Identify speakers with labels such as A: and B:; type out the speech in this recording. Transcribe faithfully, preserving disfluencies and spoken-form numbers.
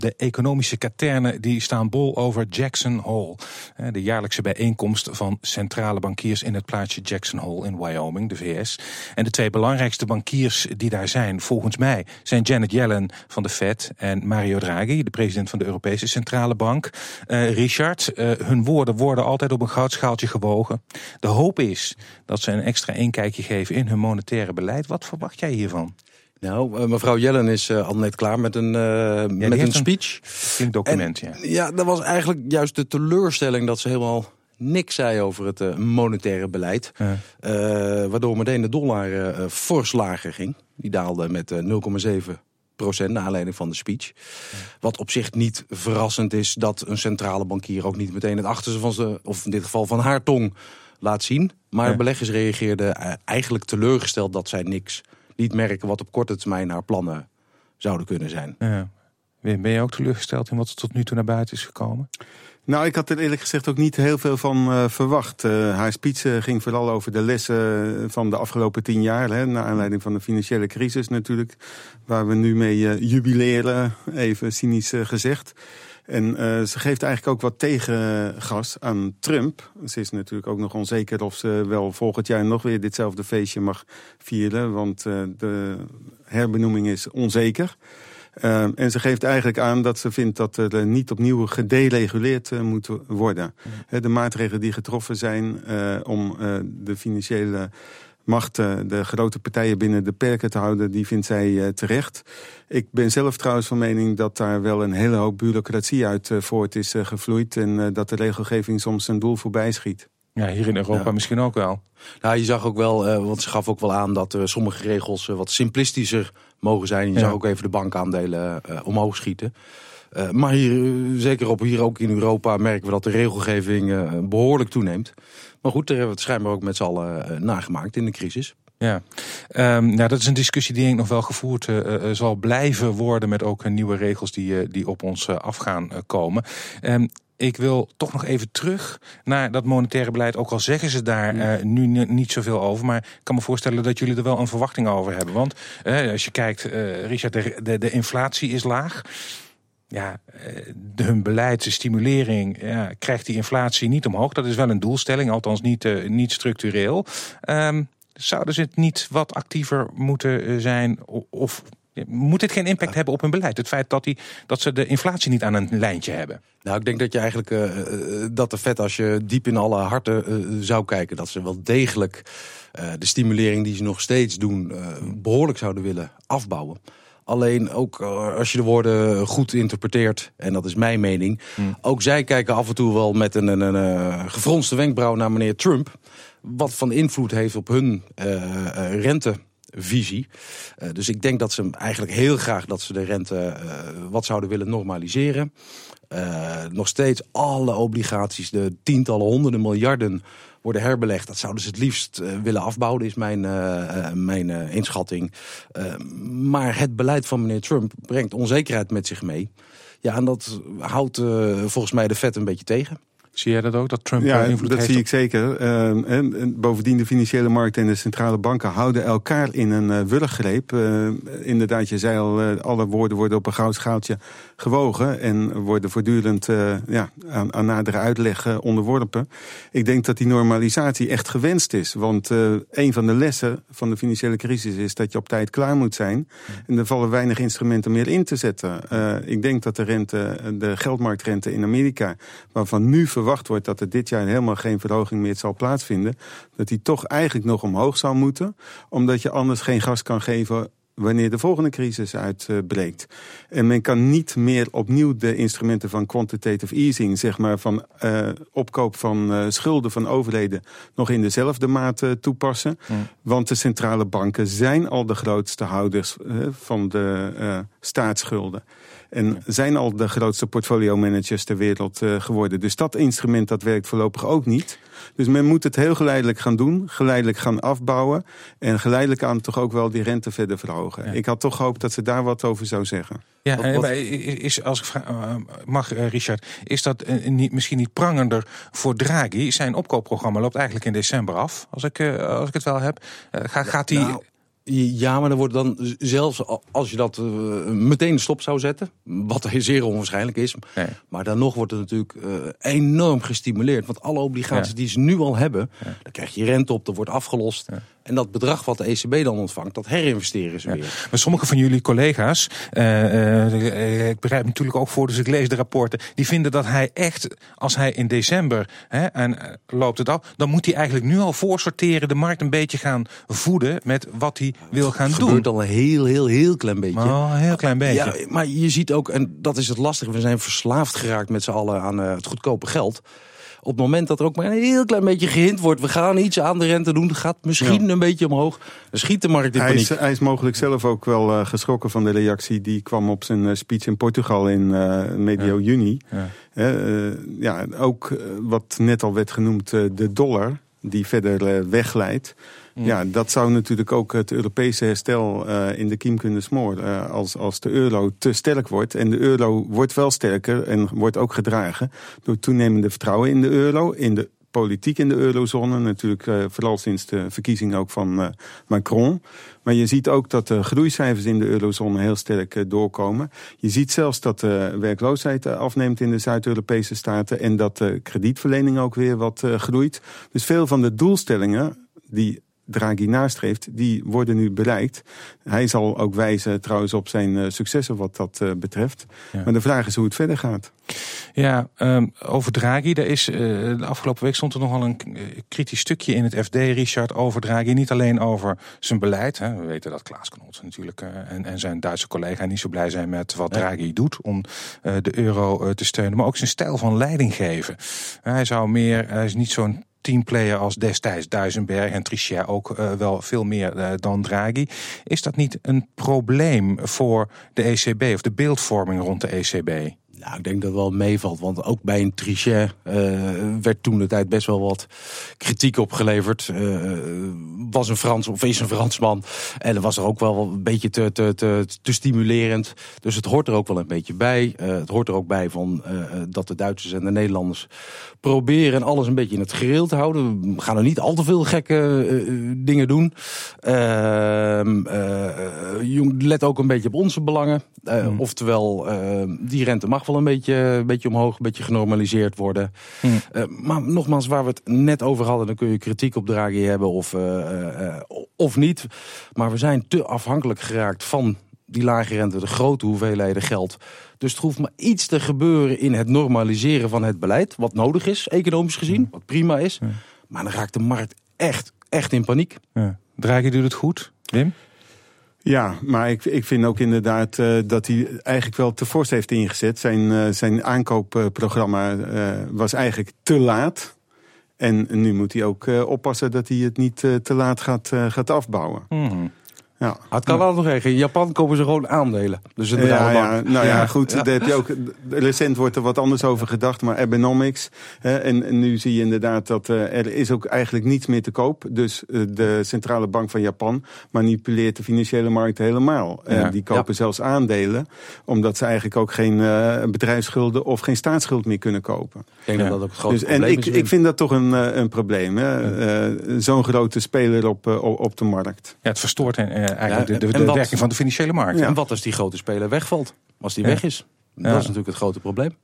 A: De economische katernen die staan bol over Jackson Hole. De jaarlijkse bijeenkomst van centrale bankiers in het plaatsje Jackson Hole in Wyoming, de V S. En de twee belangrijkste bankiers die daar zijn, volgens mij, zijn Janet Yellen van de Fed en Mario Draghi, de president van de Europese Centrale Bank. Uh, Richard, uh, hun woorden worden altijd op een goudschaaltje gewogen. De hoop is dat ze een extra inkijkje geven in hun monetaire beleid. Wat verwacht jij hiervan?
B: Nou, mevrouw Yellen is uh, al net klaar met een, uh, ja, met een speech.
A: Een document,
B: en,
A: ja.
B: Ja, dat was eigenlijk juist de teleurstelling dat ze helemaal niks zei over het uh, monetaire beleid. Ja. Uh, waardoor meteen de dollar uh, fors lager ging. Die daalde met uh, nul komma zeven procent naar aanleiding van de speech. Ja. Wat op zich niet verrassend is dat een centrale bankier ook niet meteen het achterste van zijn, of in dit geval van haar tong, laat zien. Maar ja. beleggers reageerden uh, eigenlijk teleurgesteld dat zij niks niet merken wat op korte termijn haar plannen zouden kunnen zijn.
A: Ja. Ben je ook teleurgesteld in wat er tot nu toe naar buiten is gekomen?
C: Nou, ik had er eerlijk gezegd ook niet heel veel van uh, verwacht. Uh, haar speech uh, ging vooral over de lessen van de afgelopen tien jaar. Hè, naar aanleiding van de financiële crisis natuurlijk. Waar we nu mee uh, jubileren, even cynisch uh, gezegd. En uh, ze geeft eigenlijk ook wat tegengas aan Trump. Ze is natuurlijk ook nog onzeker of ze wel volgend jaar nog weer ditzelfde feestje mag vieren. Want uh, de herbenoeming is onzeker. Uh, en ze geeft eigenlijk aan dat ze vindt dat er niet opnieuw gedereguleerd uh, moet worden. Mm. De maatregelen die getroffen zijn uh, om uh, de financiële machten, de grote partijen binnen de perken te houden, die vindt zij uh, terecht. Ik ben zelf trouwens van mening dat daar wel een hele hoop bureaucratie uit uh, voort is uh, gevloeid. En uh, dat de regelgeving soms zijn doel voorbij schiet.
A: Ja, hier in Europa ja. misschien ook wel.
B: Nou, je zag ook wel, uh, want ze gaf ook wel aan dat uh, sommige regels uh, wat simplistischer mogen zijn. Je ja. zag ook even de bankaandelen uh, omhoog schieten. Uh, maar hier, zeker op, hier ook in Europa merken we dat de regelgeving uh, behoorlijk toeneemt. Maar goed, daar hebben we het schijnbaar ook met z'n allen uh, nagemaakt in de crisis.
A: Ja, um, nou, dat is een discussie die denk ik nog wel gevoerd uh, uh, zal blijven worden met ook uh, nieuwe regels die, uh, die op ons uh, af gaan uh, komen. Um, Ik wil toch nog even terug naar dat monetaire beleid. Ook al zeggen ze daar uh, nu niet zoveel over. Maar ik kan me voorstellen dat jullie er wel een verwachting over hebben. Want uh, als je kijkt, uh, Richard, de, de, de inflatie is laag. Ja, de, hun beleid, de stimulering, ja, krijgt die inflatie niet omhoog. Dat is wel een doelstelling, althans niet, uh, niet structureel. Um, zouden ze het niet wat actiever moeten zijn of... Moet dit geen impact ja. hebben op hun beleid? Het feit dat, die, dat ze de inflatie niet aan een lijntje hebben.
B: Nou, ik denk dat je eigenlijk uh, dat de Fed, als je diep in alle harten uh, zou kijken, dat ze wel degelijk uh, de stimulering die ze nog steeds doen uh, behoorlijk zouden willen afbouwen. Alleen ook uh, als je de woorden goed interpreteert, en dat is mijn mening, hmm. ook zij kijken af en toe wel met een, een, een uh, gefronste wenkbrauw naar meneer Trump, wat van invloed heeft op hun uh, uh, rente. Visie. Uh, dus ik denk dat ze eigenlijk heel graag dat ze de rente uh, wat zouden willen normaliseren. Uh, nog steeds alle obligaties, de tientallen, honderden miljarden worden herbelegd. Dat zouden ze het liefst uh, willen afbouwen, is mijn, uh, uh, mijn uh, inschatting. Uh, maar het beleid van meneer Trump brengt onzekerheid met zich mee. Ja, en dat houdt uh, volgens mij de Fed een beetje tegen.
A: Zie jij dat ook, dat Trump
C: ja,
A: invloed
C: dat
A: heeft?
C: zie
A: op...
C: ik zeker. Uh, en, en bovendien de financiële markten en de centrale banken houden elkaar in een uh, wurggreep. Uh, inderdaad, je zei al, uh, alle woorden worden op een goudschaaltje gewogen en worden voortdurend uh, ja, aan, aan nadere uitleg uh, onderworpen. Ik denk dat die normalisatie echt gewenst is. Want uh, een van de lessen van de financiële crisis is dat je op tijd klaar moet zijn. En er vallen weinig instrumenten meer in te zetten. Uh, ik denk dat de rente, de geldmarktrente in Amerika, waarvan nu verwacht wordt dat er dit jaar helemaal geen verhoging meer zal plaatsvinden, dat die toch eigenlijk nog omhoog zou moeten, omdat je anders geen gas kan geven wanneer de volgende crisis uitbreekt. En men kan niet meer opnieuw de instrumenten van quantitative easing, zeg maar van uh, opkoop van uh, schulden van overheden, nog in dezelfde mate toepassen. Hmm. Want de centrale banken zijn al de grootste houders uh, van de uh, staatsschulden. En zijn al de grootste portfolio-managers ter wereld uh, geworden. Dus dat instrument dat werkt voorlopig ook niet. Dus men moet het heel geleidelijk gaan doen. Geleidelijk gaan afbouwen. En geleidelijk aan toch ook wel die rente verder verhogen. Ja. Ik had toch gehoopt dat ze daar wat over zou zeggen.
A: Ja,
C: wat, wat...
A: is, als ik vraag, uh, mag, uh, Richard, is dat uh, niet, misschien niet prangender voor Draghi? Zijn opkoopprogramma loopt eigenlijk in december af, als ik, uh, als ik het wel heb. Uh, ga, gaat die...
B: Nou... Ja, maar dan wordt dan zelfs als je dat uh, meteen stop zou zetten, wat zeer onwaarschijnlijk is, nee. maar dan nog wordt het natuurlijk uh, enorm gestimuleerd. Want alle obligaties ja. die ze nu al hebben, ja. daar krijg je rente op, er wordt afgelost. Ja. En dat bedrag wat de E C B dan ontvangt, dat herinvesteren ze ja. weer.
A: Maar sommige van jullie collega's, uh, uh, ik begrijp natuurlijk ook voor, dus ik lees de rapporten, die vinden dat hij echt, als hij in december, hè, en uh, loopt het af, dan moet hij eigenlijk nu al voorsorteren, de markt een beetje gaan voeden met wat hij wil gaan
B: het
A: doen.
B: Het gebeurt al een heel, heel, heel klein beetje.
A: Oh, een heel klein beetje.
B: Ja, maar je ziet ook, en dat is het lastige, we zijn verslaafd geraakt met z'n allen aan uh, het goedkope geld. Op het moment dat er ook maar een heel klein beetje gehint wordt, we gaan iets aan de rente doen, gaat misschien ja. een beetje omhoog. Dan schiet de markt in
C: hij
B: paniek.
C: Is, hij is mogelijk zelf ook wel uh, geschrokken van de reactie die kwam op zijn uh, speech in Portugal in uh, medio ja. juni. Ja. Uh, ja, ook uh, wat net al werd genoemd, uh, de dollar, die verder uh, wegleidt. Mm. Ja, dat zou natuurlijk ook het Europese herstel uh, in de kiem kunnen smoren. Uh, als, als de euro te sterk wordt. En de euro wordt wel sterker en wordt ook gedragen door toenemende vertrouwen in de euro, in de politiek in de eurozone. Natuurlijk uh, vooral sinds de verkiezing ook van uh, Macron. Maar je ziet ook dat de groeicijfers in de eurozone heel sterk uh, doorkomen. Je ziet zelfs dat de werkloosheid uh, afneemt in de Zuid-Europese staten en dat de kredietverlening ook weer wat uh, groeit. Dus veel van de doelstellingen die Draghi nastreeft, die worden nu bereikt. Hij zal ook wijzen trouwens op zijn uh, successen wat dat uh, betreft. Ja. Maar de vraag is hoe het verder gaat.
A: Ja, um, over Draghi, daar is, uh, de afgelopen week stond er nogal een uh, kritisch stukje in het F D, Richard, over Draghi. Niet alleen over zijn beleid. Hè. We weten dat Klaas Knot natuurlijk uh, en, en zijn Duitse collega niet zo blij zijn met wat ja. Draghi doet om uh, de euro uh, te steunen. Maar ook zijn stijl van leiding geven. Uh, hij zou meer, hij is niet zo'n teamplayer als destijds Duisenberg en Trichet ook uh, wel veel meer uh, dan Draghi. Is dat niet een probleem voor de E C B of de beeldvorming rond de E C B?
B: Nou, ik denk dat het wel meevalt, want ook bij een Trichet uh, werd toen de tijd best wel wat kritiek opgeleverd. Uh, was een Frans of is een Fransman en dat was er ook wel een beetje te, te, te, te stimulerend. Dus het hoort er ook wel een beetje bij. Uh, het hoort er ook bij van uh, dat de Duitsers en de Nederlanders proberen alles een beetje in het gereel te houden. We gaan er niet al te veel gekke uh, dingen doen. Uh, uh, let ook een beetje op onze belangen. Uh, hmm. Oftewel, uh, die rente mag wel een beetje, een beetje omhoog, een beetje genormaliseerd worden. Hmm. Uh, maar nogmaals, waar we het net over hadden, dan kun je kritiek op Draghi hebben of, uh, uh, of niet. Maar we zijn te afhankelijk geraakt van die lage rente, de grote hoeveelheden geld. Dus het hoeft maar iets te gebeuren in het normaliseren van het beleid, wat nodig is, economisch gezien, wat prima is. Ja. Maar dan raakt de markt echt, echt in paniek.
A: Ja. Draghi doet het goed, Wim?
C: Ja, maar ik, ik vind ook inderdaad uh, dat hij eigenlijk wel te fors heeft ingezet. Zijn, uh, zijn aankoopprogramma uh, was eigenlijk te laat. En nu moet hij ook uh, oppassen dat hij het niet uh, te laat gaat, uh, gaat afbouwen.
A: Mm-hmm.
C: Ja.
B: Het kan wel nog even. In Japan kopen ze gewoon aandelen. Dus het
C: ja, ja, nou ja, goed. Ja. Daar heb je ook, recent wordt er wat anders over gedacht. Maar Abenomics. Hè, en, en nu zie je inderdaad dat uh, er is ook eigenlijk niets meer te koop. Dus uh, de Centrale Bank van Japan manipuleert de financiële markt helemaal. Ja. Uh, die kopen ja. zelfs aandelen. Omdat ze eigenlijk ook geen uh, bedrijfsschulden of geen staatsschuld meer kunnen kopen.
B: Ik denk ja. dat dat ook het grote
C: dus,
B: probleem
C: en
B: is.
C: Ik, ik vind dat toch een, uh, een probleem. Hè? Ja. Uh, zo'n grote speler op, uh, op de markt.
A: Ja, het verstoort uh, eigenlijk ja, de, de, de wat, werking van de financiële markt.
B: Ja. En wat als die grote speler wegvalt? Als die ja. weg is? Dat ja. is natuurlijk het grote probleem.